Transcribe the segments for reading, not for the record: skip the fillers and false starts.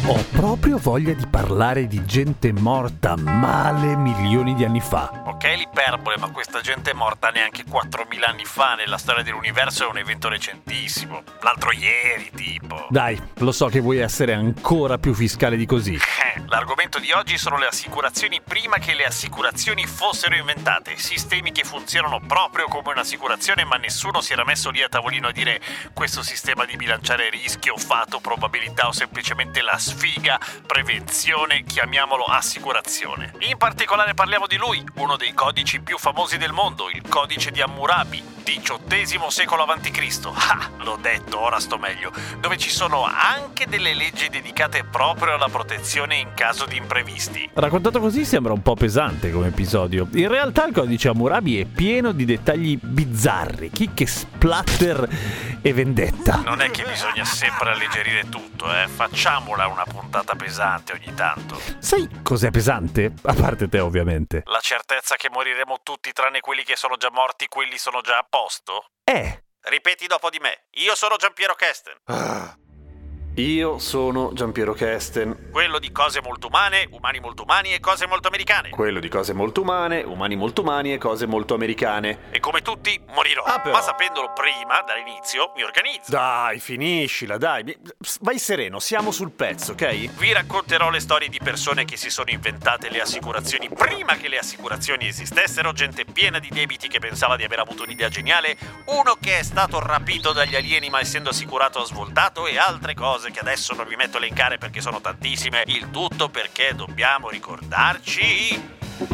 Ho proprio voglia di parlare di gente morta male milioni di anni fa. Ok l'iperbole, ma questa gente è morta neanche 4.000 anni fa. Nella storia dell'universo è un evento recentissimo. L'altro ieri, tipo. Dai, lo so che vuoi essere ancora più fiscale di così. L'argomento di oggi sono le assicurazioni prima che le assicurazioni fossero inventate. Sistemi che funzionano proprio come un'assicurazione, ma nessuno si era messo lì a tavolino a dire questo sistema di bilanciare rischio, fato, probabilità o semplicemente la sfiga, prevenzione, chiamiamolo assicurazione. In particolare parliamo di lui, uno dei codici più famosi del mondo, il codice di Hammurabi, XVIII secolo a.C. L'ho detto, ora sto meglio, dove ci sono anche delle leggi dedicate proprio alla protezione in caso di imprevisti. Raccontato così sembra un po' pesante come episodio. In realtà il codice Hammurabi è pieno di dettagli bizzarri, chicche, splatter e vendetta. Non è che bisogna sempre alleggerire tutto, facciamola una puntata pesante ogni tanto. Sai cos'è pesante? A parte te, ovviamente. La certezza che moriremo tutti tranne quelli che sono già morti, quelli sono già a posto? Ripeti dopo di me. Io sono Giampiero Kesten. Io sono Giampiero Kesten. Quello di cose molto umane, umani molto umani e cose molto americane. Quello di cose molto umane, umani molto umani e cose molto americane. E come tutti morirò. Però. Ma sapendolo prima, dall'inizio, mi organizzo. Dai, finiscila, dai. Vai sereno, siamo sul pezzo, ok? Vi racconterò le storie di persone che si sono inventate le assicurazioni prima che le assicurazioni esistessero, gente piena di debiti che pensava di aver avuto un'idea geniale, uno che è stato rapito dagli alieni ma essendo assicurato ha svoltato e altre cose che adesso non vi metto a elencare perché sono tantissime. Il tutto perché dobbiamo ricordarci...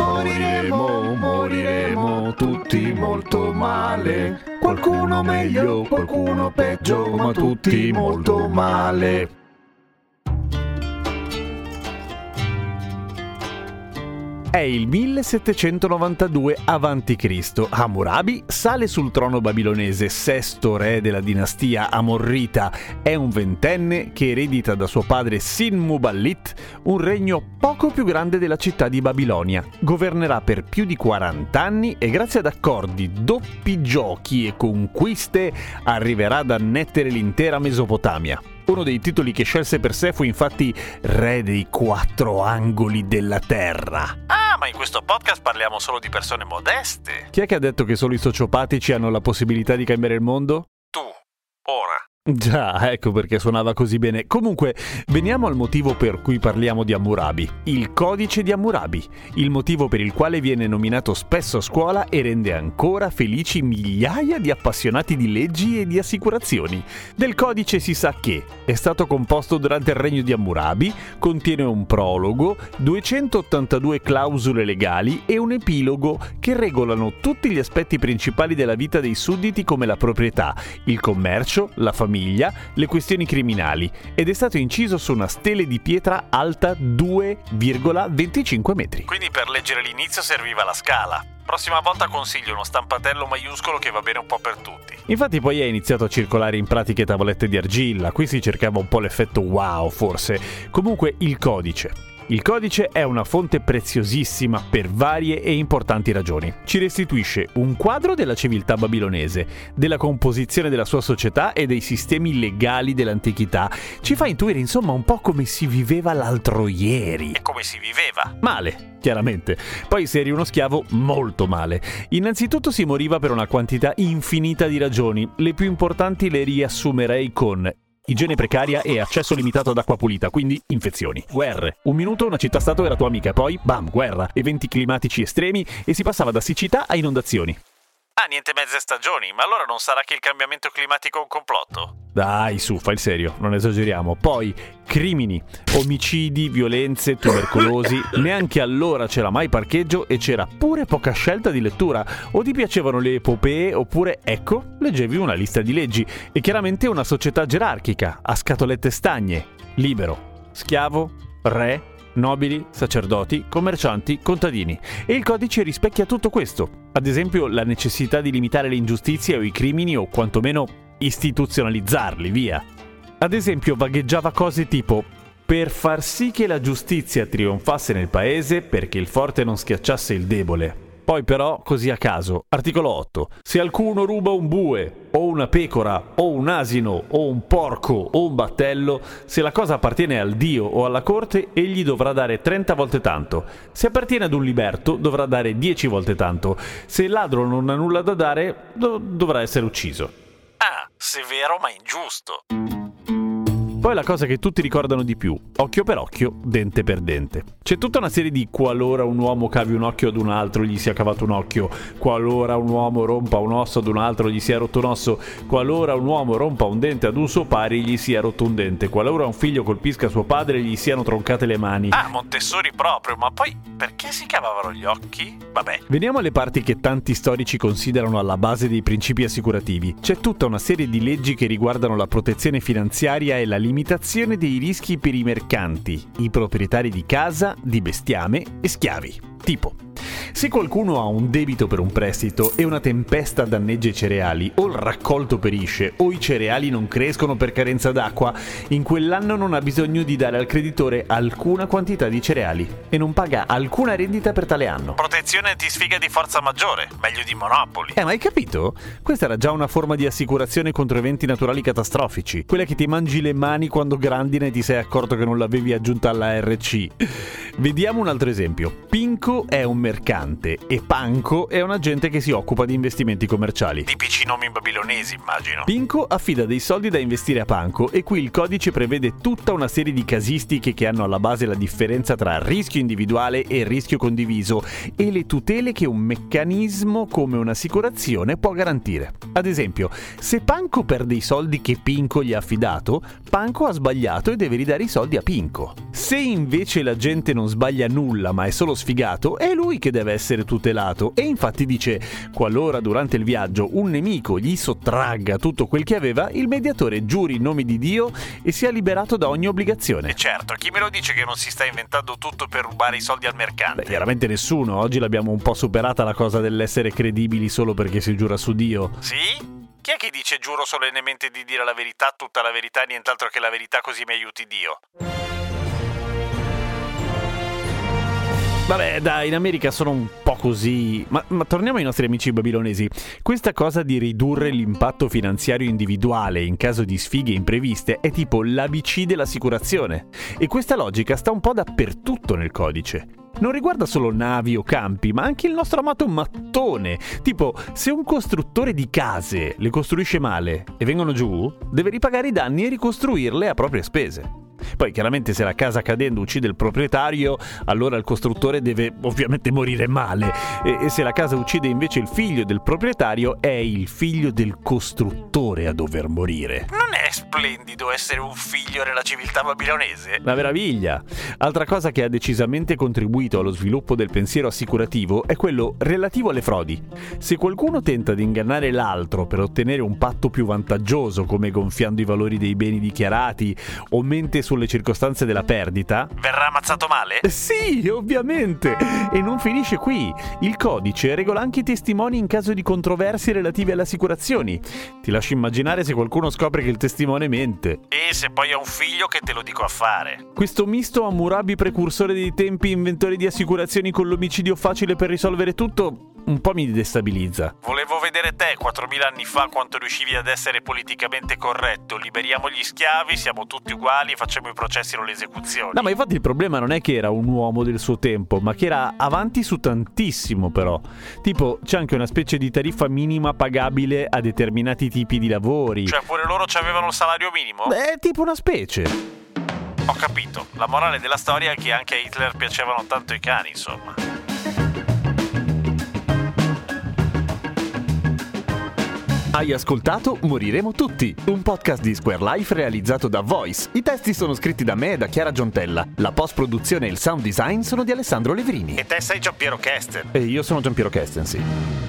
Moriremo tutti molto male. Qualcuno meglio, qualcuno peggio, ma tutti molto male. È il 1792 a.C. Hammurabi sale sul trono babilonese, sesto re della dinastia Amorrita. È un ventenne che eredita da suo padre Sin-Muballit un regno poco più grande della città di Babilonia. Governerà per più di 40 anni e grazie ad accordi, doppi giochi e conquiste arriverà ad annettere l'intera Mesopotamia. Uno dei titoli che scelse per sé fu infatti Re dei quattro angoli della terra. Ma in questo podcast parliamo solo di persone modeste. Chi è che ha detto che solo i sociopatici hanno la possibilità di cambiare il mondo? Tu, ora. Già, ecco perché suonava così bene. Comunque, veniamo al motivo per cui parliamo di Hammurabi. Il codice di Hammurabi, il motivo per il quale viene nominato spesso a scuola e rende ancora felici migliaia di appassionati di leggi e di assicurazioni. Del codice si sa che è stato composto durante il regno di Hammurabi, contiene un prologo, 282 clausole legali e un epilogo che regolano tutti gli aspetti principali della vita dei sudditi come la proprietà, il commercio, la famiglia, le questioni criminali ed è stato inciso su una stele di pietra alta 2,25 metri. Quindi per leggere l'inizio serviva la scala. Prossima volta consiglio uno stampatello maiuscolo che va bene un po' per tutti. Infatti poi è iniziato a circolare in pratiche tavolette di argilla, qui si cercava un po' l'effetto wow forse. Comunque il codice. Il codice è una fonte preziosissima per varie e importanti ragioni. Ci restituisce un quadro della civiltà babilonese, della composizione della sua società e dei sistemi legali dell'antichità. Ci fa intuire insomma un po' come si viveva l'altro ieri. E come si viveva? Male, chiaramente. Poi se eri uno schiavo, molto male. Innanzitutto si moriva per una quantità infinita di ragioni. Le più importanti le riassumerei con igiene precaria e accesso limitato ad acqua pulita, quindi infezioni. Guerre. Un minuto una città-stato era tua amica, poi bam, guerra. Eventi climatici estremi e si passava da siccità a inondazioni. Niente mezze stagioni, ma allora non sarà che il cambiamento climatico è un complotto? Dai, su, fai il serio, non esageriamo. Poi, crimini, omicidi, violenze, tubercolosi. Neanche allora c'era mai parcheggio e c'era pure poca scelta di lettura. O ti piacevano le epopee, oppure, ecco, leggevi una lista di leggi. E chiaramente una società gerarchica, a scatolette stagne. Libero, schiavo, re, nobili, sacerdoti, commercianti, contadini. E il codice rispecchia tutto questo. Ad esempio, la necessità di limitare le ingiustizie o i crimini o quantomeno istituzionalizzarli, via. Ad esempio, vagheggiava cose tipo: per far sì che la giustizia trionfasse nel paese, perché il forte non schiacciasse il debole. Poi però, così a caso, articolo 8. Se qualcuno ruba un bue, o una pecora, o un asino, o un porco, o un battello, se la cosa appartiene al dio o alla corte, egli dovrà dare 30 volte tanto. Se appartiene ad un liberto, dovrà dare 10 volte tanto. Se il ladro non ha nulla da dare, dovrà essere ucciso. Ah, severo ma ingiusto. Poi la cosa che tutti ricordano di più, occhio per occhio, dente per dente. C'è tutta una serie di qualora un uomo cavi un occhio ad un altro gli sia cavato un occhio, qualora un uomo rompa un osso ad un altro gli sia rotto un osso, qualora un uomo rompa un dente ad un suo pari gli sia rotto un dente, qualora un figlio colpisca suo padre gli siano troncate le mani. Ah, Montessori proprio, ma poi perché si cavavano gli occhi? Vabbè. Veniamo alle parti che tanti storici considerano alla base dei principi assicurativi. C'è tutta una serie di leggi che riguardano la protezione finanziaria e la limitazione dei rischi per i mercanti, i proprietari di casa, di bestiame e schiavi. Tipo, se qualcuno ha un debito per un prestito e una tempesta danneggia i cereali, o il raccolto perisce, o i cereali non crescono per carenza d'acqua, in quell'anno non ha bisogno di dare al creditore alcuna quantità di cereali e non paga alcuna rendita per tale anno. Protezione antisfiga di forza maggiore, meglio di Monopoli. Ma hai capito? Questa era già una forma di assicurazione contro eventi naturali catastrofici, quella che ti mangi le mani quando grandina e ti sei accorto che non l'avevi aggiunta alla RC. Vediamo un altro esempio. Pinco è un mercante e Panco è un agente che si occupa di investimenti commerciali. Tipici nomi babilonesi, immagino. Pinco affida dei soldi da investire a Panco e qui il codice prevede tutta una serie di casistiche che hanno alla base la differenza tra rischio individuale e rischio condiviso e le tutele che un meccanismo come un'assicurazione può garantire. Ad esempio, se Panco perde i soldi che Pinco gli ha affidato, Panco ha sbagliato e deve ridare i soldi a Pinco. Se invece l'agente non sbaglia nulla ma è solo sfigato, è lui che deve essere tutelato e infatti dice: qualora durante il viaggio un nemico gli sottragga tutto quel che aveva, il mediatore giuri in nome di Dio e sia liberato da ogni obbligazione. E certo, chi me lo dice che non si sta inventando tutto per rubare i soldi al mercante? Beh, chiaramente nessuno. Oggi l'abbiamo un po' superata la cosa dell'essere credibili solo perché si giura su Dio. Sì? Chi è che dice giuro solennemente di dire la verità, tutta la verità e nient'altro che la verità, così mi aiuti Dio? Vabbè, dai, in America sono un po' così. Ma torniamo ai nostri amici babilonesi. Questa cosa di ridurre l'impatto finanziario individuale in caso di sfighe impreviste è tipo l'ABC dell'assicurazione. E questa logica sta un po' dappertutto nel codice. Non riguarda solo navi o campi, ma anche il nostro amato mattone. Tipo, se un costruttore di case le costruisce male e vengono giù, deve ripagare i danni e ricostruirle a proprie spese. Poi chiaramente se la casa cadendo uccide il proprietario, allora il costruttore deve ovviamente morire male, e se la casa uccide invece il figlio del proprietario, è il figlio del costruttore a dover morire. Non è splendido essere un figlio nella civiltà babilonese? La meraviglia! Altra cosa che ha decisamente contribuito allo sviluppo del pensiero assicurativo è quello relativo alle frodi. Se qualcuno tenta di ingannare l'altro per ottenere un patto più vantaggioso, come gonfiando i valori dei beni dichiarati o mente sulle circostanze della perdita, verrà ammazzato male? Sì, ovviamente! E non finisce qui. Il codice regola anche i testimoni in caso di controversie relative alle assicurazioni. Ti lascio immaginare se qualcuno scopre che il testimone mente. E se poi ha un figlio, che te lo dico a fare? Questo misto Hammurabi, precursore dei tempi, inventore di assicurazioni con l'omicidio facile per risolvere tutto, un po' mi destabilizza. Volevo vedere te 4000 anni fa quanto riuscivi ad essere politicamente corretto. Liberiamo gli schiavi, siamo tutti uguali, facciamo i processi, non le esecuzioni. No, ma infatti il problema non è che era un uomo del suo tempo, ma che era avanti su tantissimo però. Tipo, c'è anche una specie di tariffa minima pagabile a determinati tipi di lavori. Cioè pure loro c'avevano il salario minimo? Beh, tipo una specie. Ho capito. La morale della storia è che anche a Hitler piacevano tanto i cani, insomma. Hai ascoltato Moriremo Tutti, un podcast di Square Life realizzato da Voice. I testi sono scritti da me e da Chiara Giontella. La post-produzione e il sound design sono di Alessandro Levrini. E te sei Giampiero Kesten. E io sono Giampiero Kesten, sì.